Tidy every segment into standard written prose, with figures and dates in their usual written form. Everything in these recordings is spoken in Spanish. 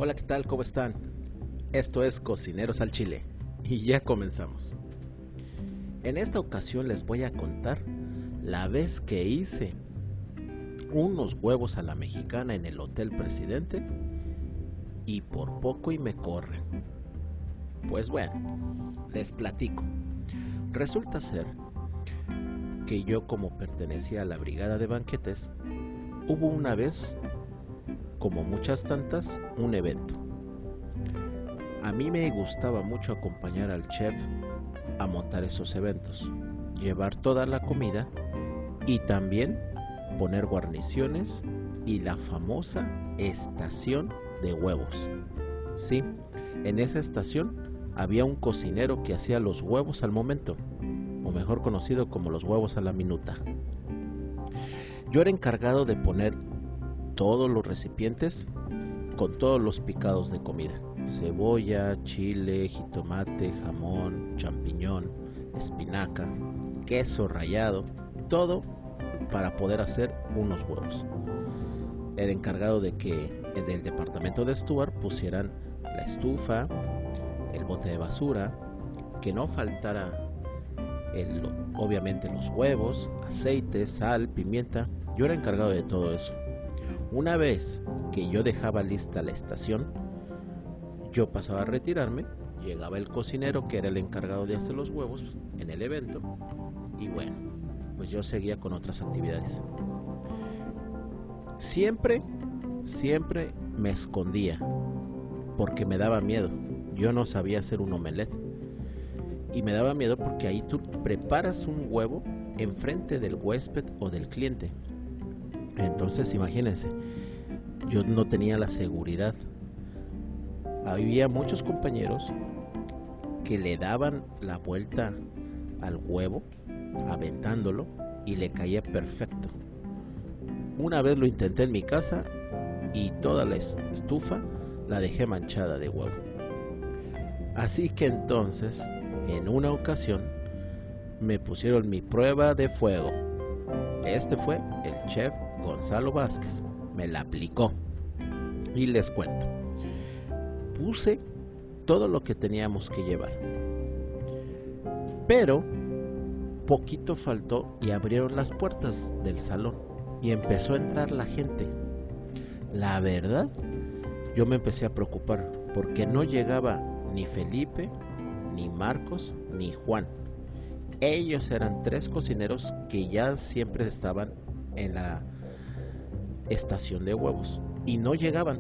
Hola, ¿qué tal? ¿Cómo están? Esto es Cocineros al Chile y ya comenzamos. En esta ocasión les voy a contar la vez que hice unos huevos a la mexicana en el Hotel Presidente y por poco y me corren. Pues bueno, les platico. Resulta ser que yo, como pertenecía a la brigada de banquetes, hubo una vez, como muchas tantas, un evento. A mí me gustaba mucho acompañar al chef a montar esos eventos, llevar toda la comida y también poner guarniciones y la famosa estación de huevos. Sí, en esa estación había un cocinero que hacía los huevos al momento, o mejor conocido como los huevos a la minuta. Yo era encargado de poner todos los recipientes con todos los picados de comida: cebolla, chile, jitomate, jamón, champiñón, espinaca, queso rallado, todo para poder hacer unos huevos. Era encargado de que del departamento de Stuart pusieran la estufa, el bote de basura, que no faltara obviamente los huevos, aceite, sal, pimienta. Yo era encargado de todo eso. Una vez que yo dejaba lista la estación, yo pasaba a retirarme, llegaba el cocinero que era el encargado de hacer los huevos en el evento y bueno, pues yo seguía con otras actividades. Siempre me escondía porque me daba miedo. Yo no sabía hacer un omelette y me daba miedo porque ahí tú preparas un huevo enfrente del huésped o del cliente. Entonces imagínense, yo no tenía la seguridad. Había muchos compañeros que le daban la vuelta al huevo, aventándolo, y le caía perfecto. Una vez lo intenté en mi casa y toda la estufa la dejé manchada de huevo. Así que entonces, en una ocasión, me pusieron mi prueba de fuego. Este fue el chef Gonzalo Vázquez, me la aplicó y les cuento. Puse todo lo que teníamos que llevar, pero poquito faltó y abrieron las puertas del salón y empezó a entrar la gente. La verdad, yo me empecé a preocupar porque no llegaba ni Felipe, ni Marcos, ni Juan. Ellos eran 3 cocineros que ya siempre estaban en la estación de huevos y no llegaban.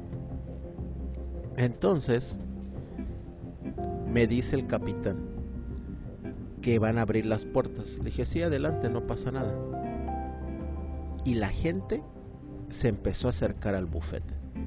Entonces me dice el capitán que van a abrir las puertas. Le dije, sí, adelante, no pasa nada. Y la gente se empezó a acercar al buffet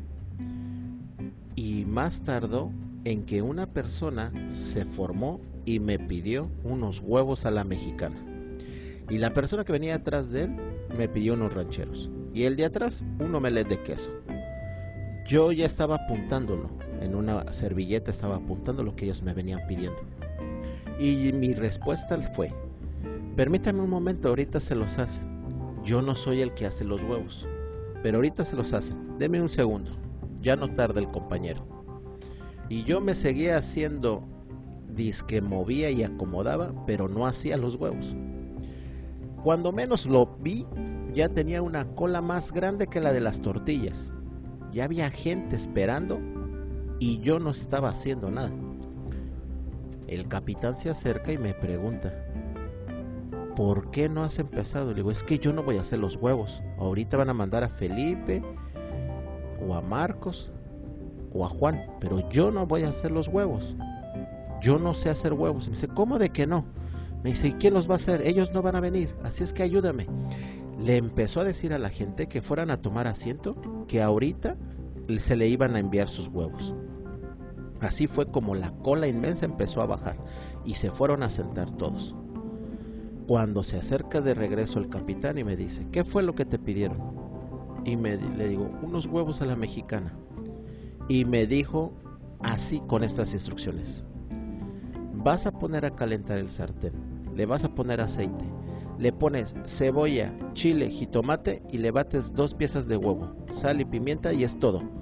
y más tardó en que una persona se formó y me pidió unos huevos a la mexicana, y la persona que venía atrás de él me pidió unos rancheros, y el de atrás un omelette de queso. Yo ya estaba apuntándolo, en una servilleta estaba apuntando lo que ellos me venían pidiendo, y mi respuesta fue: permítame un momento, ahorita se los hace. Yo no soy el que hace los huevos, pero ahorita se los hace, deme un segundo, ya no tarda el compañero. Y yo me seguía haciendo disque movía y acomodaba, pero no hacía los huevos. Cuando menos lo vi, ya tenía una cola más grande que la de las tortillas. Ya había gente esperando y yo no estaba haciendo nada. El capitán se acerca y me pregunta: ¿por qué no has empezado? Le digo, es que yo no voy a hacer los huevos. Ahorita van a mandar a Felipe o a Marcos o a Juan, pero yo no voy a hacer los huevos. Yo no sé hacer huevos. Y me dice, ¿cómo de que no? Me dice, ¿y quién los va a hacer? Ellos no van a venir, así es que ayúdame. Le empezó a decir a la gente que fueran a tomar asiento, que ahorita se le iban a enviar sus huevos. Así fue como la cola inmensa empezó a bajar y se fueron a sentar todos. Cuando se acerca de regreso el capitán y me dice, ¿qué fue lo que te pidieron? Y le digo, unos huevos a la mexicana. Y me dijo así, con estas instrucciones: vas a poner a calentar el sartén, le vas a poner aceite, le pones cebolla, chile, jitomate y le bates 2 piezas de huevo, sal y pimienta y es todo.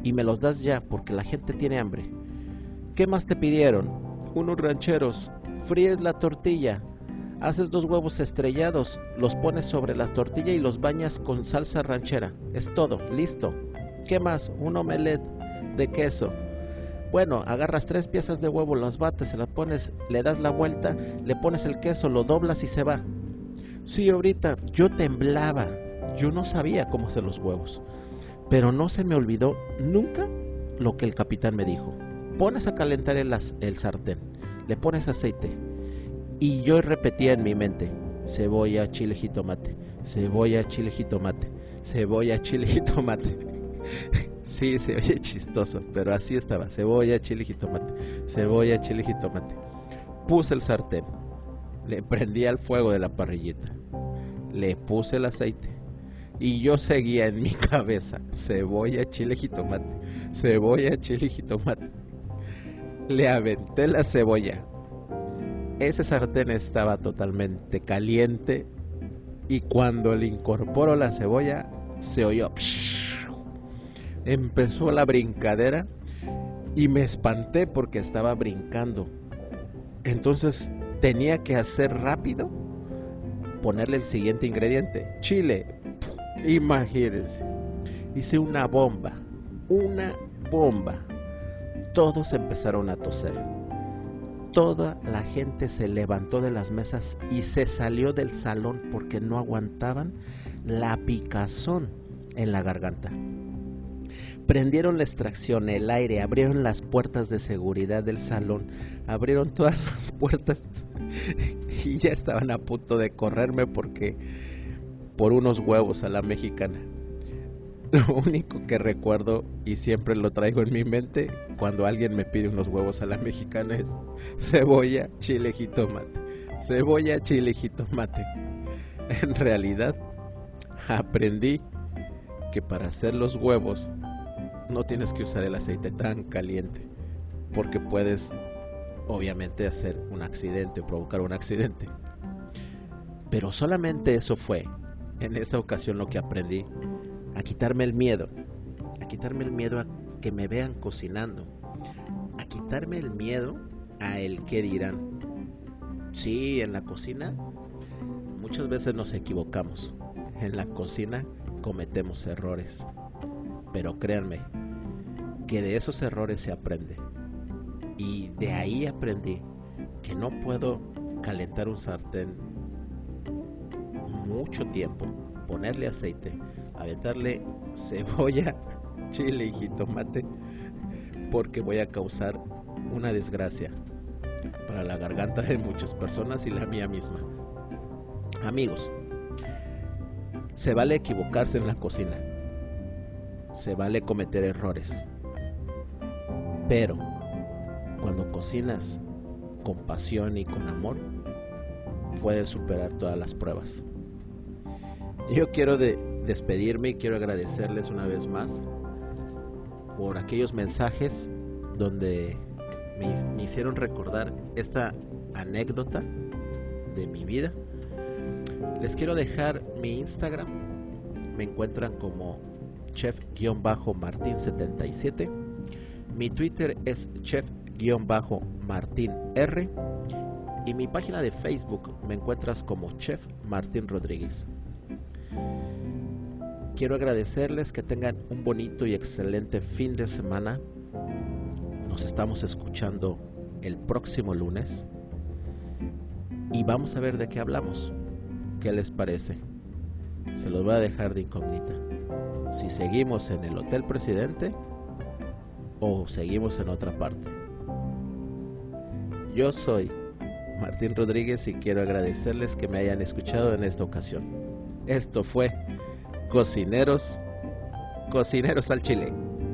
y me los das ya porque la gente tiene hambre. ¿Qué más te pidieron? Unos rancheros. Fríes la tortilla, haces 2 huevos estrellados, los pones sobre la tortilla y los bañas con salsa ranchera. Es todo, listo. ¿Qué más? Un omelette de queso. Bueno, agarras 3 piezas de huevo, las bates, se las pones, le das la vuelta, le pones el queso, lo doblas y se va. Sí, ahorita yo temblaba, yo no sabía cómo hacer los huevos, pero no se me olvidó nunca lo que el capitán me dijo. Pones a calentar el sartén, le pones aceite y yo repetía en mi mente: cebolla, chile, jitomate, cebolla, chile, jitomate, cebolla, chile, jitomate. Sí, se oye chistoso, pero así estaba: cebolla, chile, jitomate, cebolla, chile, jitomate. Puse el sartén, le prendí al fuego de la parrillita, le puse el aceite y yo seguía en mi cabeza: cebolla, chile, jitomate, cebolla, chile, jitomate. Le aventé la cebolla. Ese sartén estaba totalmente caliente y cuando le incorporo la cebolla se oyó empezó la brincadera y me espanté porque estaba brincando. Entonces tenía que hacer rápido, ponerle el siguiente ingrediente, chile. Imagínense, hice una bomba. Todos empezaron a toser. Toda la gente se levantó de las mesas y se salió del salón porque no aguantaban la picazón en la garganta. Prendieron la extracción, el aire, abrieron las puertas de seguridad del salón, abrieron todas las puertas y ya estaban a punto de correrme por unos huevos a la mexicana. Lo único que recuerdo y siempre lo traigo en mi mente cuando alguien me pide unos huevos a la mexicana es cebolla, chile, jitomate, cebolla, chile, jitomate. En realidad aprendí que para hacer los huevos no tienes que usar el aceite tan caliente porque puedes obviamente hacer un accidente o provocar un accidente. Pero solamente eso fue en esta ocasión lo que aprendí: a quitarme el miedo a que me vean cocinando, a quitarme el miedo a el qué dirán. Sí, en la cocina muchas veces nos equivocamos, en la cocina cometemos errores, pero créanme que de esos errores se aprende. Y de ahí aprendí que no puedo calentar un sartén mucho tiempo, ponerle aceite, aventarle cebolla, chile y jitomate, porque voy a causar una desgracia para la garganta de muchas personas y la mía misma. Amigos, se vale equivocarse en la cocina, se vale cometer errores, pero cuando cocinas con pasión y con amor, puedes superar todas las pruebas. Yo quiero despedirme y quiero agradecerles una vez más por aquellos mensajes donde me hicieron recordar esta anécdota de mi vida. Les quiero dejar mi Instagram, me encuentran como chef-martin77, mi Twitter es chef-martinr y mi página de Facebook me encuentras como Chef Martín Rodríguez. Quiero agradecerles, que tengan un bonito y excelente fin de semana. Nos estamos escuchando el próximo lunes y vamos a ver de qué hablamos. ¿Qué les parece? Se los voy a dejar de incógnita. Si seguimos en el Hotel Presidente o seguimos en otra parte. Yo soy Martín Rodríguez y quiero agradecerles que me hayan escuchado en esta ocasión. Esto fue Cocineros al Chile.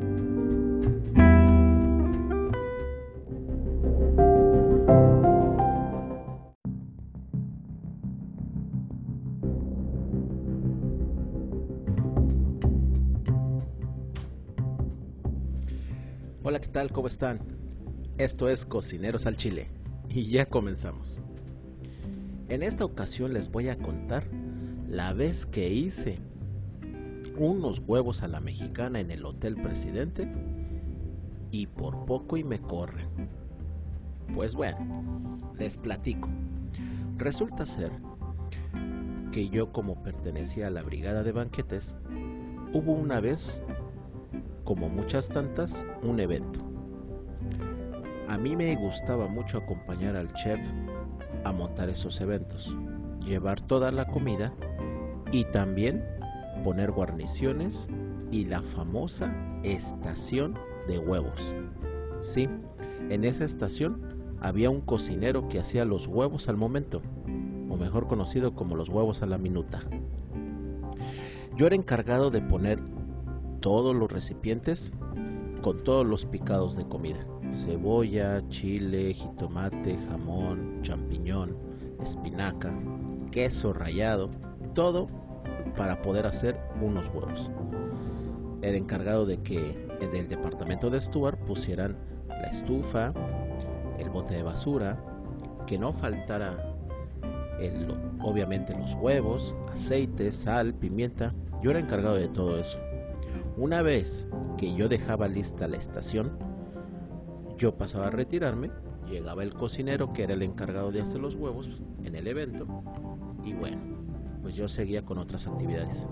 Hola, ¿qué tal? ¿Cómo están? Esto es Cocineros al Chile y ya comenzamos. En esta ocasión les voy a contar la vez que hice unos huevos a la mexicana en el Hotel Presidente y por poco y me corren. Pues bueno, les platico. Resulta ser que yo, como pertenecía a la brigada de banquetes, hubo una vez, como muchas tantas, un evento. A mí me gustaba mucho acompañar al chef a montar esos eventos, llevar toda la comida y también poner guarniciones y la famosa estación de huevos. Sí, en esa estación había un cocinero que hacía los huevos al momento, o mejor conocido como los huevos a la minuta. Yo era encargado de poner todos los recipientes con todos los picados de comida: cebolla, chile, jitomate, jamón, champiñón, espinaca, queso rallado, todo para poder hacer unos huevos. Era encargado de que del departamento de Stuart pusieran la estufa, el bote de basura, que no faltara obviamente los huevos, aceite, sal, pimienta. Yo era encargado de todo eso. Una vez que yo dejaba lista la estación, yo pasaba a retirarme, llegaba el cocinero que era el encargado de hacer los huevos en el evento y bueno, pues yo seguía con otras actividades.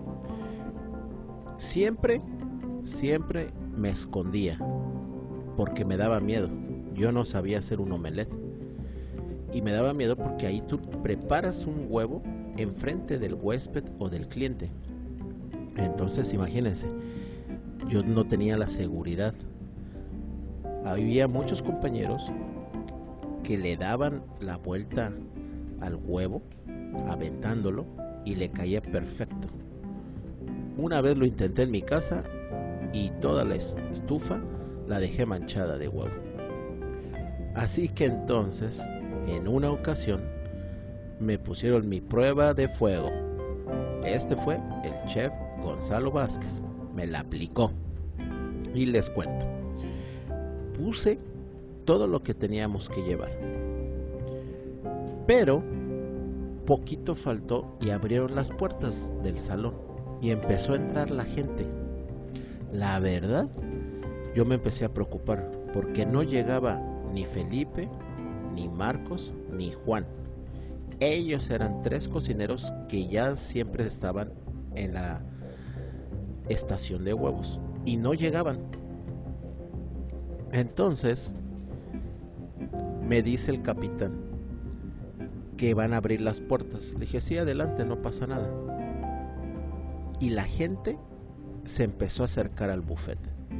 Siempre me escondía porque me daba miedo. Yo no sabía hacer un omelette y me daba miedo porque ahí tú preparas un huevo enfrente del huésped o del cliente. Entonces imagínense, yo no tenía la seguridad. Había muchos compañeros que le daban la vuelta al huevo aventándolo y le caía perfecto. Una vez lo intenté en mi casa y toda la estufa la dejé manchada de huevo. Así que entonces, en una ocasión, me pusieron mi prueba de fuego. Este fue el chef Gonzalo Vázquez. Me la aplicó. Y les cuento. Puse todo lo que teníamos que llevar. Pero poquito faltó y abrieron las puertas del salón y empezó a entrar la gente. La verdad, yo me empecé a preocupar porque no llegaba ni Felipe, ni Marcos, ni Juan. Ellos eran 3 cocineros que ya siempre estaban en la estación de huevos y no llegaban. Entonces me dice el capitán que van a abrir las puertas. Le dije, sí, adelante, no pasa nada. Y la gente se empezó a acercar al buffet.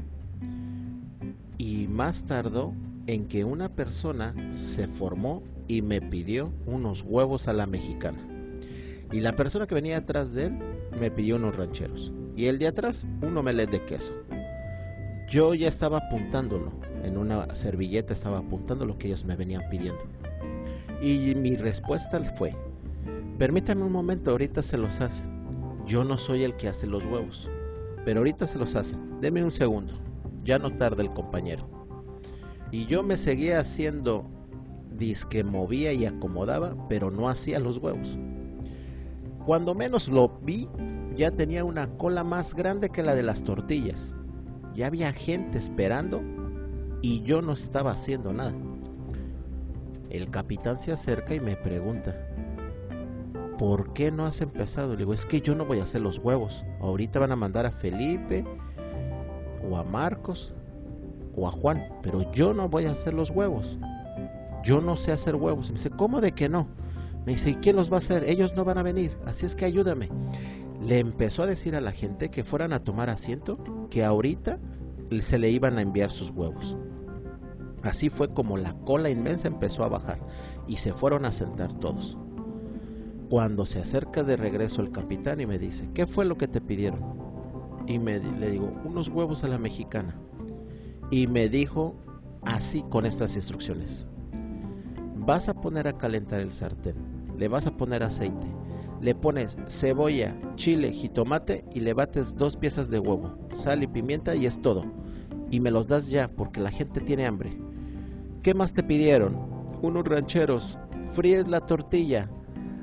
Y más tardó en que una persona se formó y me pidió unos huevos a la mexicana. Y la persona que venía atrás de él me pidió unos rancheros. Y el de atrás, un omelette de queso. Yo ya estaba apuntándolo. En una servilleta estaba apuntando lo que ellos me venían pidiendo. Y mi respuesta fue: permítame un momento, ahorita se los hacen. Yo no soy el que hace los huevos, pero ahorita se los hacen. Deme un segundo. Ya no tarda el compañero. Y yo me seguía haciendo, dizque movía y acomodaba, pero no hacía los huevos. Cuando menos lo vi, ya tenía una cola más grande que la de las tortillas. Ya había gente esperando y yo no estaba haciendo nada. El capitán se acerca y me pregunta: ¿por qué no has empezado? Le digo, es que yo no voy a hacer los huevos. Ahorita van a mandar a Felipe o a Marcos o a Juan, pero yo no voy a hacer los huevos. Yo no sé hacer huevos. Me dice, ¿cómo de que no? Me dice, ¿y quién los va a hacer? Ellos no van a venir, así es que ayúdame. Le empezó a decir a la gente que fueran a tomar asiento, que ahorita se le iban a enviar sus huevos. Así fue como la cola inmensa empezó a bajar y se fueron a sentar todos. Cuando se acerca de regreso el capitán y me dice, ¿qué fue lo que te pidieron? Y le digo, unos huevos a la mexicana. Y me dijo así, con estas instrucciones: vas a poner a calentar el sartén, le vas a poner aceite, le pones cebolla, chile, jitomate y le bates 2 piezas de huevo, sal y pimienta y es todo. Y me los das ya porque la gente tiene hambre. ¿Qué más te pidieron? Unos rancheros, fríes la tortilla,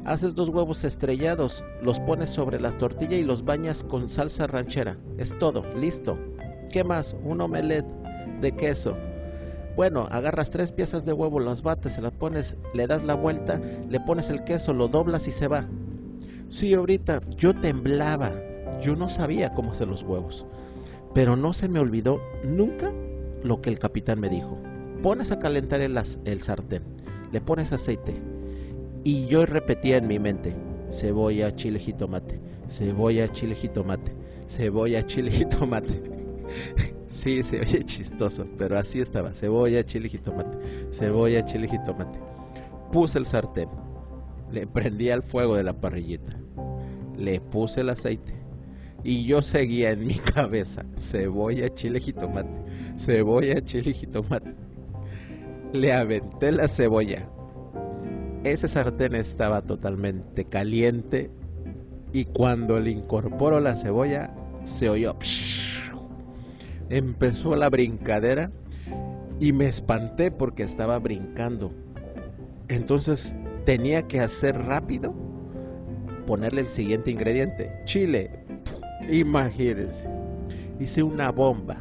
Haces 2 huevos estrellados, los pones sobre la tortilla y los bañas con salsa ranchera. Es todo, listo. ¿Qué más? Un omelette de queso. Bueno, agarras 3 piezas de huevo, las bates, se las pones, le das la vuelta, le pones el queso, lo doblas y se va. Sí, ahorita yo temblaba, yo no sabía cómo hacer los huevos, pero no se me olvidó nunca lo que el capitán me dijo. Pones a calentar el sartén, le pones aceite y yo repetía en mi mente: cebolla, chile, jitomate, cebolla, chile, jitomate, cebolla, chile, jitomate. Sí, se oye chistoso, pero así estaba: cebolla, chile, jitomate, cebolla, chile, jitomate. Puse el sartén, le prendí al fuego de la parrillita, le puse el aceite y yo seguía en mi cabeza: cebolla, chile, jitomate, cebolla, chile, jitomate. Le aventé la cebolla. Ese sartén estaba totalmente caliente y cuando le incorporo la cebolla se oyó empezó la brincadera y me espanté porque estaba brincando. Entonces tenía que hacer rápido, ponerle el siguiente ingrediente: chile. Imagínense, hice una bomba.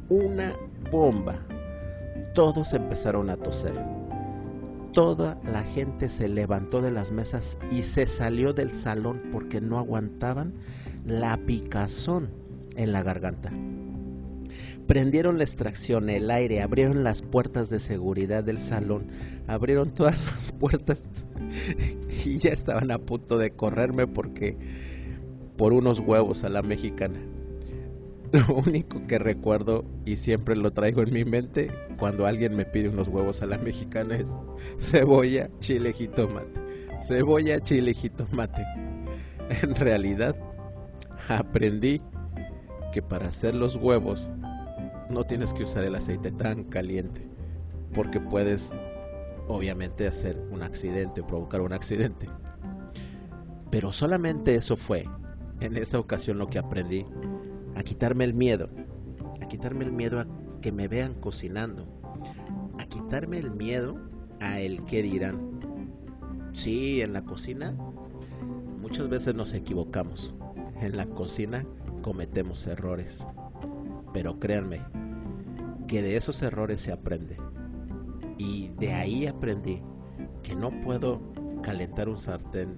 Todos empezaron a toser. Toda la gente se levantó de las mesas y se salió del salón porque no aguantaban la picazón en la garganta. Prendieron la extracción, el aire, abrieron las puertas de seguridad del salón, abrieron todas las puertas y ya estaban a punto de correrme por unos huevos a la mexicana. Lo único que recuerdo y siempre lo traigo en mi mente cuando alguien me pide unos huevos a la mexicana es: cebolla, chile, jitomate, cebolla, chile, jitomate. En realidad aprendí que para hacer los huevos no tienes que usar el aceite tan caliente, porque puedes obviamente hacer un accidente, provocar un accidente. Pero solamente eso fue en esa ocasión lo que aprendí: a quitarme el miedo a que me vean cocinando, a quitarme el miedo a el qué dirán. Sí, en la cocina muchas veces nos equivocamos, en la cocina cometemos errores, pero créanme que de esos errores se aprende. Y de ahí aprendí que no puedo calentar un sartén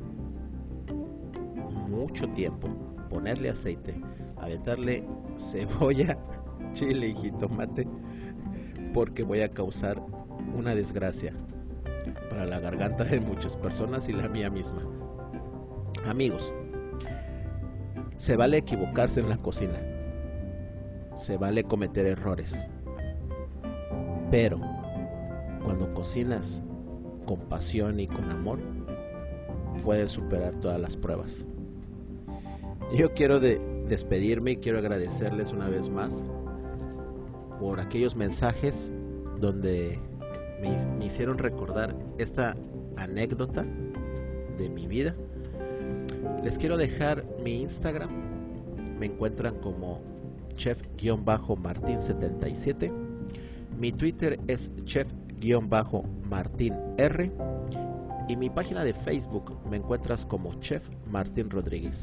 mucho tiempo, ponerle aceite, aventarle cebolla, chile y jitomate, porque voy a causar una desgracia para la garganta de muchas personas y la mía misma. Amigos, se vale equivocarse en la cocina, se vale cometer errores, pero cuando cocinas con pasión y con amor, puedes superar todas las pruebas. Yo quiero despedirme y quiero agradecerles una vez más por aquellos mensajes donde me hicieron recordar esta anécdota de mi vida. Les quiero dejar mi Instagram. Me encuentran como chef-martin77. Mi Twitter es chef-martinr. Y mi página de Facebook me encuentras como Chef Martín Rodríguez.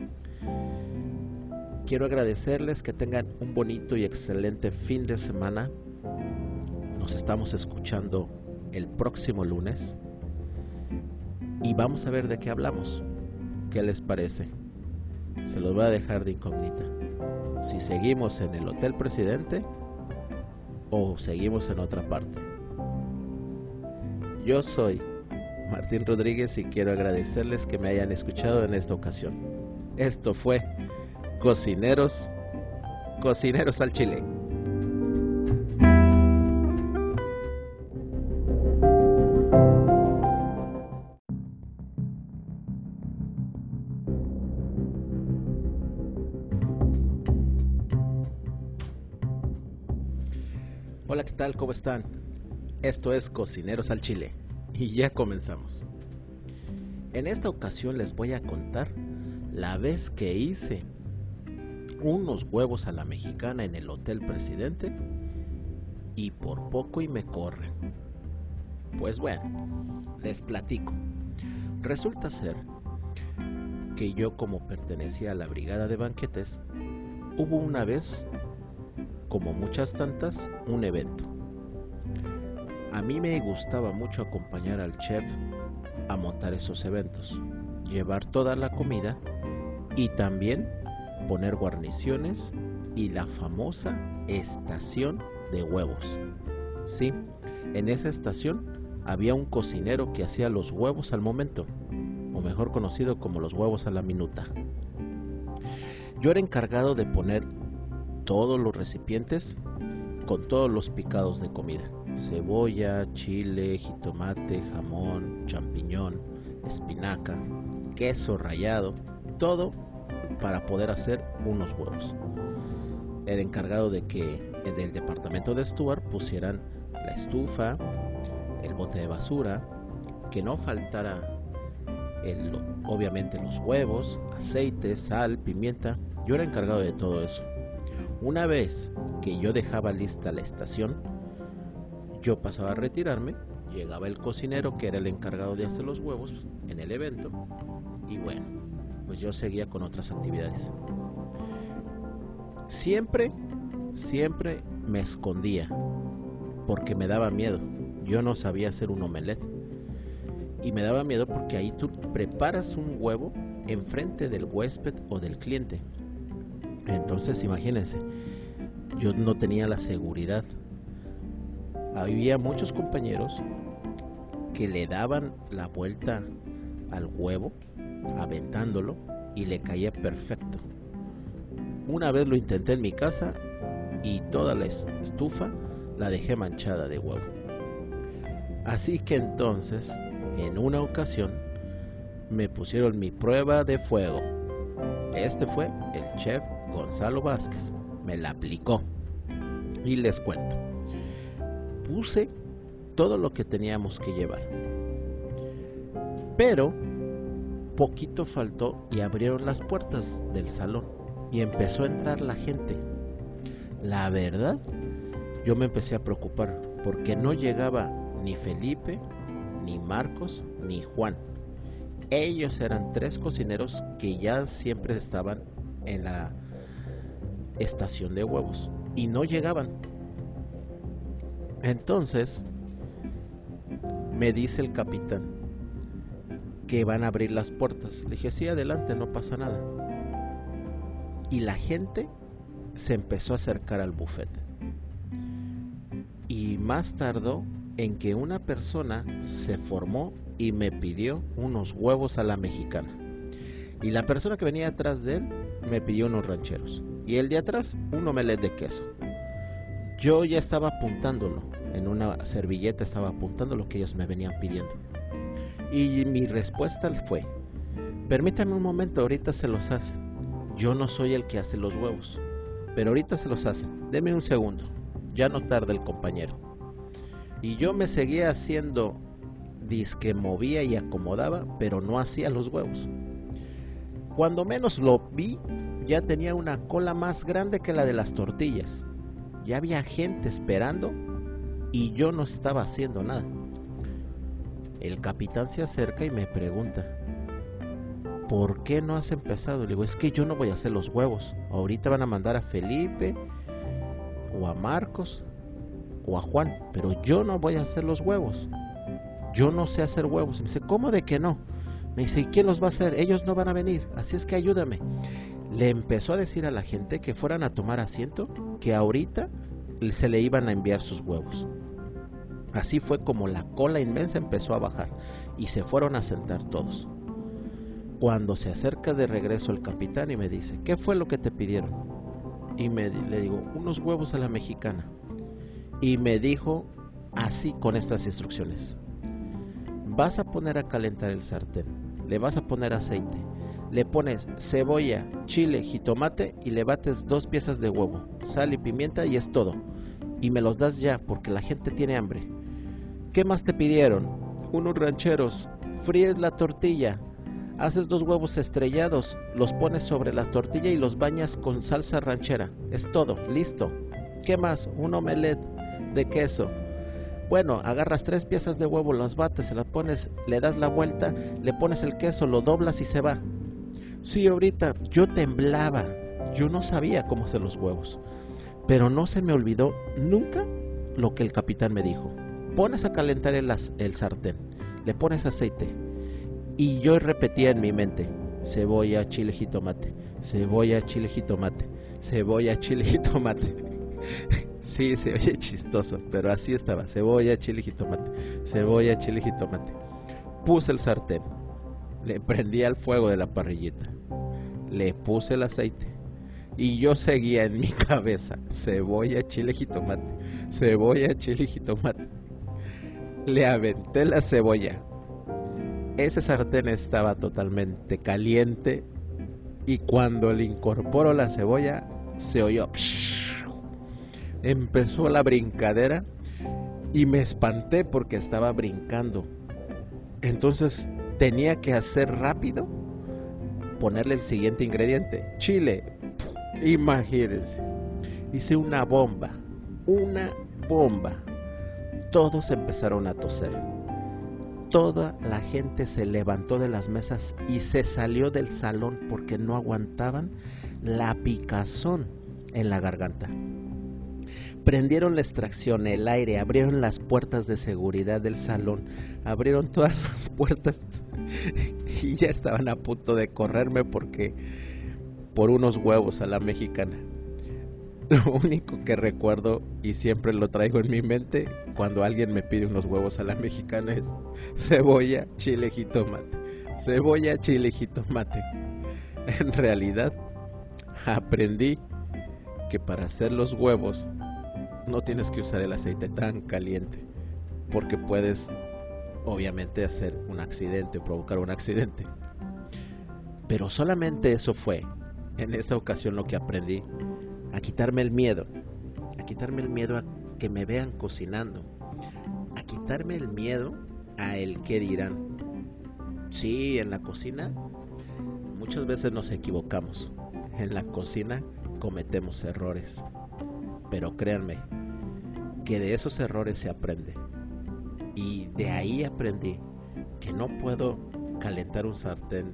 Quiero agradecerles, que tengan un bonito y excelente fin de semana. Nos estamos escuchando el próximo lunes y vamos a ver de qué hablamos. ¿Qué les parece? Se los voy a dejar de incógnita. Si seguimos en el Hotel Presidente o seguimos en otra parte. Yo soy Martín Rodríguez y quiero agradecerles que me hayan escuchado en esta ocasión. Esto fue Cocineros al Chile. Hola, ¿qué tal? ¿Cómo están? Esto es Cocineros al Chile y ya comenzamos. En esta ocasión les voy a contar la vez que hice unos huevos a la mexicana en el Hotel Presidente y por poco y me corren. Pues bueno, les platico. Resulta ser que yo, como pertenecía a la brigada de banquetes, hubo una vez, como muchas tantas, un evento. A mí me gustaba mucho acompañar al chef a montar esos eventos, llevar toda la comida y también poner guarniciones y la famosa estación de huevos. Sí, en esa estación había un cocinero que hacía los huevos al momento, o mejor conocido como los huevos a la minuta. Yo era encargado de poner todos los recipientes con todos los picados de comida: cebolla, chile, jitomate, jamón, champiñón, espinaca, queso rallado, todo para poder hacer unos huevos. Era encargado de que en el departamento de Stuart pusieran la estufa, el bote de basura, que no faltara obviamente los huevos, aceite, sal, pimienta. Yo era encargado de todo eso. Una vez que yo dejaba lista la estación, yo pasaba a retirarme, llegaba el cocinero que era el encargado de hacer los huevos en el evento, y bueno, pues yo seguía con otras actividades. Siempre me escondía porque me daba miedo. Yo no sabía hacer un omelette y me daba miedo porque ahí tú preparas un huevo enfrente del huésped o del cliente. Entonces imagínense, yo no tenía la seguridad. Había muchos compañeros que le daban la vuelta al huevo aventándolo y le caía perfecto. Una vez lo intenté en mi casa y toda la estufa la dejé manchada de huevo. Así que entonces, en una ocasión, me pusieron mi prueba de fuego. Este fue el chef Gonzalo Vázquez. Me la aplicó. Y les cuento. Puse todo lo que teníamos que llevar. Pero poquito faltó y abrieron las puertas del salón y empezó a entrar la gente. La verdad, yo me empecé a preocupar porque no llegaba ni Felipe, ni Marcos, ni Juan. Ellos eran 3 cocineros que ya siempre estaban en la estación de huevos y no llegaban. Entonces me dice el capitán que van a abrir las puertas. Le dije, sí, adelante, no pasa nada. Y la gente se empezó a acercar al buffet. Y más tardó en que una persona se formó y me pidió unos huevos a la mexicana. Y la persona que venía atrás de él me pidió unos rancheros. Y el de atrás, un omelette de queso. Yo ya estaba apuntándolo. En una servilleta estaba apuntando lo que ellos me venían pidiendo. Y mi respuesta fue: permítame un momento, ahorita se los hacen. Yo no soy el que hace los huevos, pero ahorita se los hacen. Deme un segundo. Ya no tarda el compañero. Y yo me seguía haciendo disque movía y acomodaba, pero no hacía los huevos. Cuando menos lo vi, ya tenía una cola más grande que la de las tortillas. Ya había gente esperando y yo no estaba haciendo nada. El capitán se acerca y me pregunta: ¿por qué no has empezado? Le digo, es que yo no voy a hacer los huevos. Ahorita van a mandar a Felipe o a Marcos o a Juan, pero yo no voy a hacer los huevos. Yo no sé hacer huevos. Y me dice, ¿cómo de que no? Me dice, ¿y quién los va a hacer? Ellos no van a venir, así es que ayúdame. Le empezó a decir a la gente que fueran a tomar asiento, que ahorita se le iban a enviar sus huevos. Así fue como la cola inmensa empezó a bajar y se fueron a sentar todos. Cuando se acerca de regreso el capitán y me dice, ¿qué fue lo que te pidieron? Y le digo, unos huevos a la mexicana. Y me dijo así, con estas instrucciones: vas a poner a calentar el sartén, le vas a poner aceite, le pones cebolla, chile, jitomate y le bates 2 piezas de huevo, sal y pimienta y es todo. Y me los das ya porque la gente tiene hambre. ¿Qué más te pidieron? Unos rancheros. Fríes la tortilla, haces 2 huevos estrellados, los pones sobre la tortilla y los bañas con salsa ranchera. Es todo, listo. ¿Qué más? Un omelette de queso. Bueno, agarras 3 piezas de huevo, las bates, se las pones, le das la vuelta, le pones el queso, lo doblas y se va. Sí, ahorita yo temblaba, yo no sabía cómo hacer los huevos, pero no se me olvidó nunca lo que el capitán me dijo. Pones a calentar el sartén, le pones aceite, y yo repetía en mi mente: cebolla, chile, jitomate, cebolla, chile, jitomate, cebolla, chile, jitomate. Sí, se oye chistoso, pero así estaba: cebolla, chile, jitomate, cebolla, chile, jitomate. Puse el sartén, le prendí al fuego de la parrillita, le puse el aceite y yo seguía en mi cabeza: cebolla, chile, jitomate, cebolla, chile, jitomate. Le aventé la cebolla. Ese sartén estaba totalmente caliente y cuando le incorporo la cebolla se oyó empezó la brincadera y me espanté porque estaba brincando. Entonces tenía que hacer rápido, ponerle el siguiente ingrediente: chile. Imagínense, hice una bomba. Todos empezaron a toser. Toda la gente se levantó de las mesas y se salió del salón porque no aguantaban la picazón en la garganta. Prendieron la extracción, el aire, abrieron las puertas de seguridad del salón, abrieron todas las puertas y ya estaban a punto de correrme por unos huevos a la mexicana. Lo único que recuerdo, y siempre lo traigo en mi mente cuando alguien me pide unos huevos a la mexicana, es cebolla, chile, jitomate, cebolla, chile, jitomate. En realidad, aprendí que para hacer los huevos no tienes que usar el aceite tan caliente, porque puedes obviamente hacer un accidente o provocar un accidente. Pero solamente eso fue en esta ocasión lo que aprendí: a quitarme el miedo a que me vean cocinando, a quitarme el miedo a el qué dirán. Sí, en la cocina muchas veces nos equivocamos, en la cocina cometemos errores, pero créanme que de esos errores se aprende. Y de ahí aprendí que no puedo calentar un sartén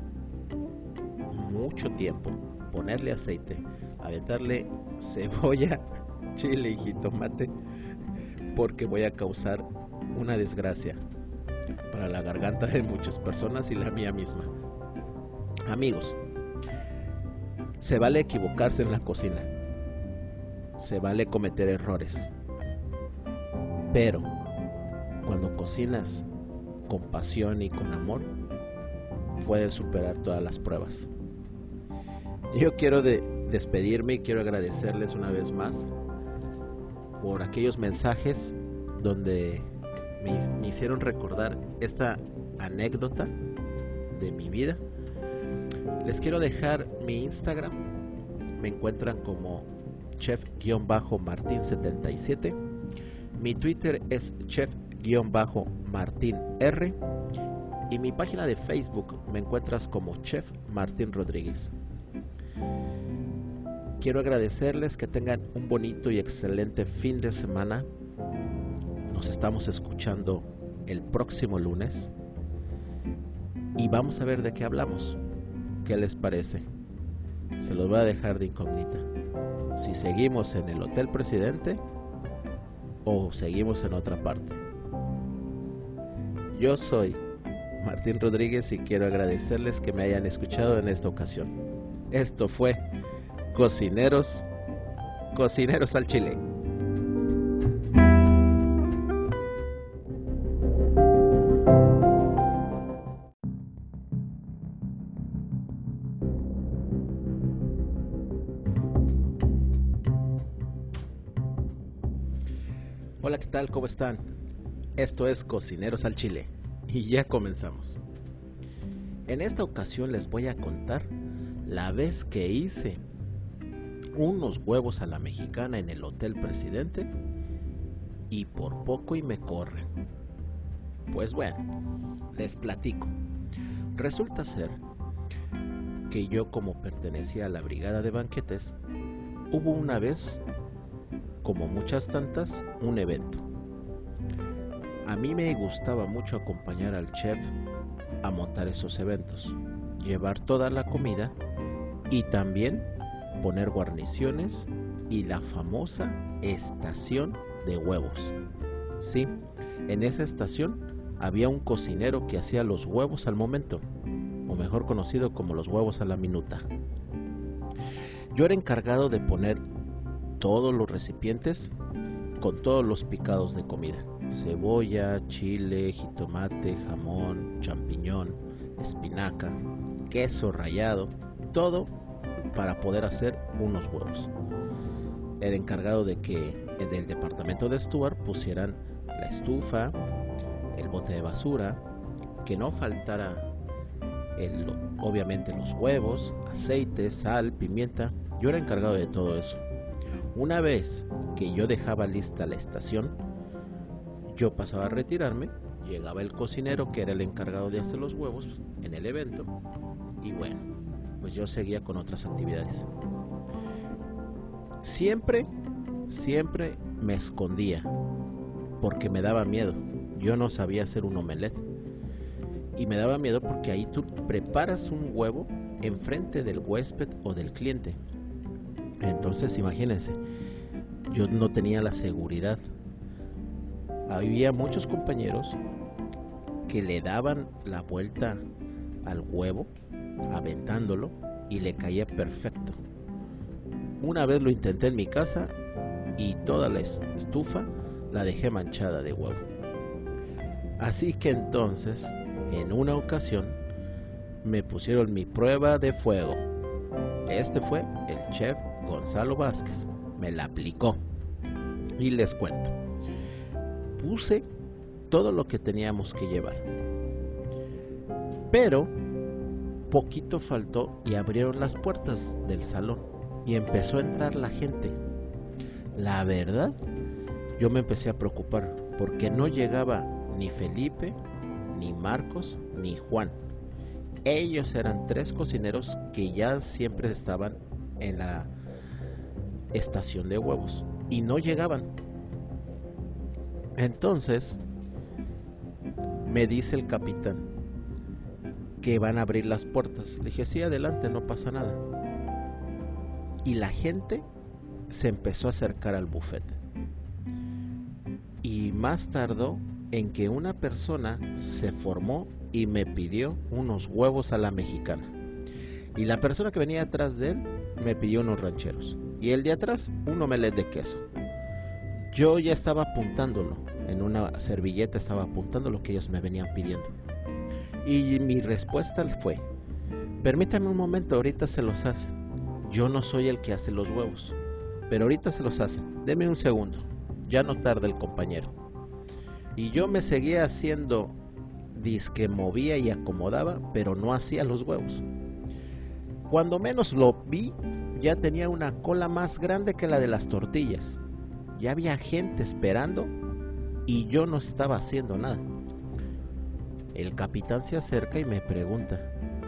mucho tiempo, ponerle aceite, aventarle cebolla, chile y jitomate, porque voy a causar una desgracia para la garganta de muchas personas y la mía misma. Amigos, se vale equivocarse en la cocina, se vale cometer errores, pero cuando cocinas con pasión y con amor, puedes superar todas las pruebas. Yo quiero despedirme y quiero agradecerles una vez más por aquellos mensajes donde me hicieron recordar esta anécdota de mi vida. Les quiero dejar mi Instagram, me encuentran como chef-martin77, mi Twitter es chef-martinr y mi página de Facebook me encuentras como Chef Martín Rodríguez. Quiero agradecerles, que tengan un bonito y excelente fin de semana. Nos estamos escuchando el próximo lunes y vamos a ver de qué hablamos. ¿Qué les parece? Se los voy a dejar de incógnita. Si seguimos en el Hotel Presidente o seguimos en otra parte. Yo soy Martín Rodríguez y quiero agradecerles que me hayan escuchado en esta ocasión. Esto fue Cocineros al Chile. Hola, ¿qué tal? ¿Cómo están? Esto es Cocineros al Chile y ya comenzamos. En esta ocasión les voy a contar la vez que hice unos huevos a la mexicana en el Hotel Presidente y por poco y me corren. Pues bueno, les platico. Resulta ser que yo, como pertenecía a la brigada de banquetes, hubo una vez, como muchas tantas, un evento. A mí me gustaba mucho acompañar al chef a montar esos eventos, llevar toda la comida y también poner guarniciones y la famosa estación de huevos. Sí, en esa estación había un cocinero que hacía los huevos al momento, o mejor conocido como los huevos a la minuta. Yo era encargado de poner todos los recipientes con todos los picados de comida: cebolla, chile, jitomate, jamón, champiñón, espinaca, queso rallado, todo para poder hacer unos huevos. Era encargado de que del departamento de Stuart pusieran la estufa, el bote de basura, que no faltara obviamente los huevos, aceite, sal, pimienta. Yo era encargado de todo eso. Una vez que yo dejaba lista la estación, yo pasaba a retirarme, llegaba el cocinero que era el encargado de hacer los huevos en el evento y bueno, pues yo seguía con otras actividades. Siempre me escondía porque me daba miedo. Yo no sabía hacer un omelette y me daba miedo porque ahí tú preparas un huevo enfrente del huésped o del cliente. Entonces imagínense, yo no tenía la seguridad. Había muchos compañeros que le daban la vuelta al huevo aventándolo y le caía perfecto. Una vez lo intenté en mi casa y toda la estufa la dejé manchada de huevo. Así que entonces, en una ocasión, me pusieron mi prueba de fuego. Este fue el chef Gonzalo Vázquez. Me la aplicó. Y les cuento. Puse todo lo que teníamos que llevar. Pero poquito faltó y abrieron las puertas del salón y empezó a entrar la gente. La verdad, yo me empecé a preocupar porque no llegaba ni Felipe, ni Marcos, ni Juan. Ellos eran 3 cocineros que ya siempre estaban en la estación de huevos y no llegaban. Entonces me dice el capitán que van a abrir las puertas. Le dije, sí, adelante, no pasa nada. Y la gente se empezó a acercar al buffet. Y más tardó en que una persona se formó y me pidió unos huevos a la mexicana. Y la persona que venía atrás de él me pidió unos rancheros. Y el de atrás, un omelette de queso. Yo ya estaba apuntándolo. En una servilleta estaba apuntando lo que ellos me venían pidiendo. Y mi respuesta fue, permítame un momento, ahorita se los hace. Yo no soy el que hace los huevos, pero ahorita se los hace. Deme un segundo. Ya no tarda el compañero. Y yo me seguía haciendo, dizque movía y acomodaba, pero no hacía los huevos. Cuando menos lo vi, ya tenía una cola más grande que la de las tortillas. Ya había gente esperando y yo no estaba haciendo nada. El capitán se acerca y me pregunta,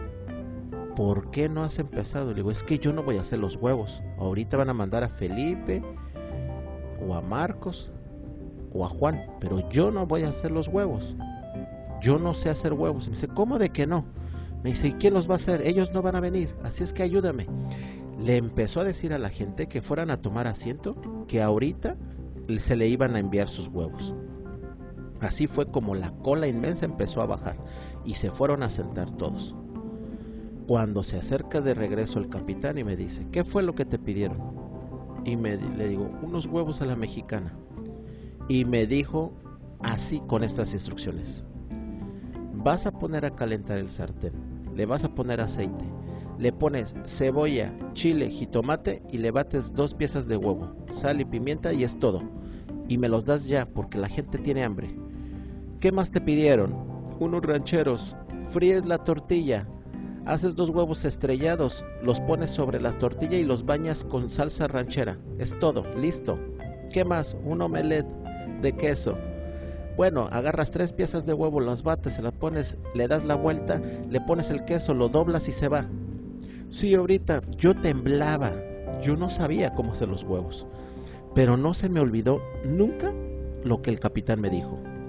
¿por qué no has empezado? Le digo, es que yo no voy a hacer los huevos. Ahorita van a mandar a Felipe o a Marcos o a Juan, pero yo no voy a hacer los huevos. Yo no sé hacer huevos. Y me dice, ¿cómo de que no? Me dice, ¿y quién los va a hacer? Ellos no van a venir, así es que ayúdame. Le empezó a decir a la gente que fueran a tomar asiento, que ahorita se le iban a enviar sus huevos. Así fue como la cola inmensa empezó a bajar y se fueron a sentar todos. Cuando se acerca de regreso el capitán y me dice, ¿qué fue lo que te pidieron? Y le digo, unos huevos a la mexicana. Y me dijo así con estas instrucciones: vas a poner a calentar el sartén, le vas a poner aceite, le pones cebolla, chile, jitomate y le bates 2 piezas de huevo, sal y pimienta y es todo. Y me los das ya porque la gente tiene hambre. ¿Qué más te pidieron? Unos rancheros. Fríes la tortilla, haces 2 huevos estrellados, los pones sobre la tortilla y los bañas con salsa ranchera. Es todo, listo. ¿Qué más? Un omelette de queso. Bueno, agarras 3 piezas de huevo, las bates, se las pones, le das la vuelta, le pones el queso, lo doblas y se va. Sí, ahorita yo temblaba, yo no sabía cómo hacer los huevos, pero no se me olvidó nunca lo que el capitán me dijo.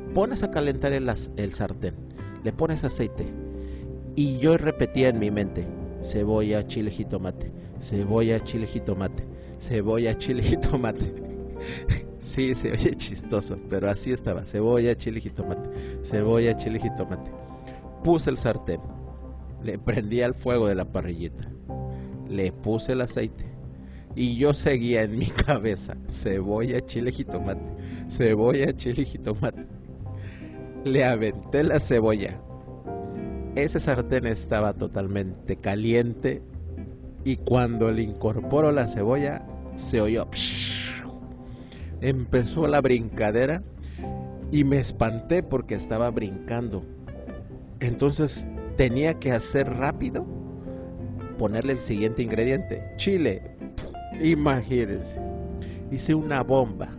pones a calentar el sartén, le pones aceite y yo repetía en mi mente: cebolla, chile, jitomate, cebolla, chile, jitomate, cebolla, chile, jitomate. Sí, se oye chistoso, pero así estaba: cebolla, chile, jitomate, cebolla, chile, jitomate. Puse el sartén, le prendí al fuego de la parrillita, le puse el aceite y yo seguía en mi cabeza: cebolla, chile, jitomate, cebolla, chile, jitomate. Le aventé la cebolla. Ese sartén estaba totalmente caliente y cuando le incorporo la cebolla se oyó empezó la brincadera y me espanté porque estaba brincando. Entonces tenía que hacer rápido, ponerle el siguiente ingrediente: chile. Imagínense, hice una bomba.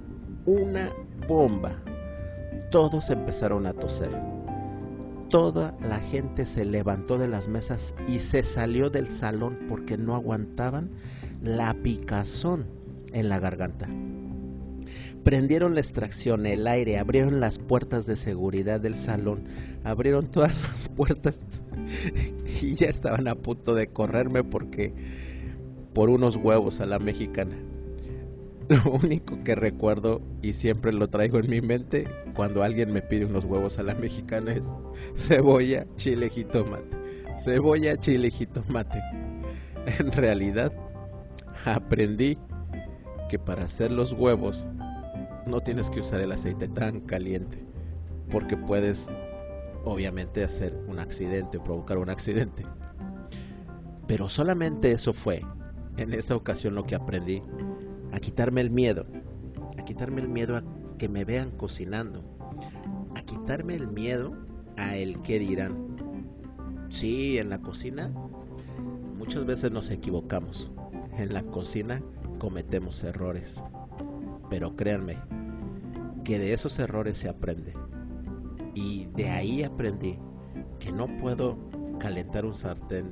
Todos empezaron a toser. Toda la gente se levantó de las mesas y se salió del salón porque no aguantaban la picazón en la garganta. Prendieron la extracción, el aire, abrieron las puertas de seguridad del salón, abrieron todas las puertas y ya estaban a punto de correrme por unos huevos a la mexicana. Lo único que recuerdo y siempre lo traigo en mi mente cuando alguien me pide unos huevos a la mexicana es: cebolla, chile, jitomate, cebolla, chile, jitomate. En realidad aprendí que para hacer los huevos no tienes que usar el aceite tan caliente, porque puedes obviamente hacer un accidente o provocar un accidente. Pero solamente eso fue en esta ocasión lo que aprendí: a quitarme el miedo a que me vean cocinando, a quitarme el miedo a el qué dirán. Sí, en la cocina muchas veces nos equivocamos, en la cocina cometemos errores, pero créanme que de esos errores se aprende. Y de ahí aprendí que no puedo calentar un sartén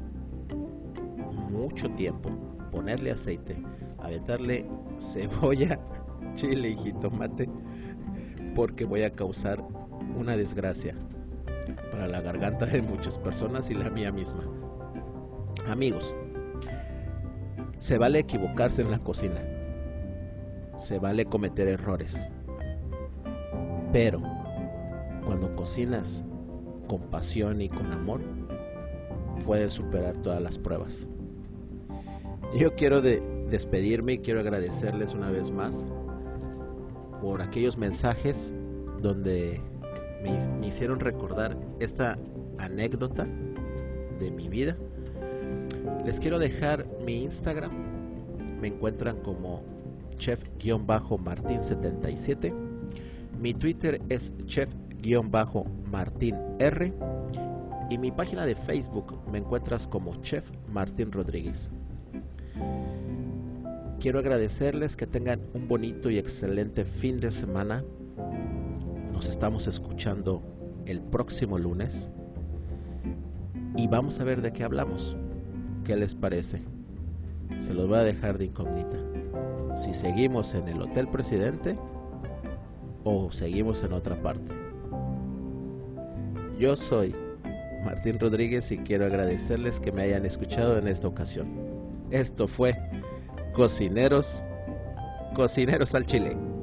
mucho tiempo, ponerle aceite, aventarle cebolla, chile y jitomate, porque voy a causar una desgracia para la garganta de muchas personas y la mía misma. Amigos, se vale equivocarse en la cocina, se vale cometer errores, pero cuando cocinas con pasión y con amor, puedes superar todas las pruebas. Yo quiero despedirme y quiero agradecerles una vez más por aquellos mensajes donde me hicieron recordar esta anécdota de mi vida. Les quiero dejar mi Instagram. Me encuentran como chef-martin77. Mi Twitter es chef-martinr. Y mi página de Facebook me encuentras como Chef Martín Rodríguez. Quiero agradecerles, que tengan un bonito y excelente fin de semana. Nos estamos escuchando el próximo lunes y vamos a ver de qué hablamos. ¿Qué les parece? Se los voy a dejar de incógnita. Si seguimos en el Hotel Presidente o seguimos en otra parte. Yo soy Martín Rodríguez y quiero agradecerles que me hayan escuchado en esta ocasión. Esto fue Cocineros al Chile.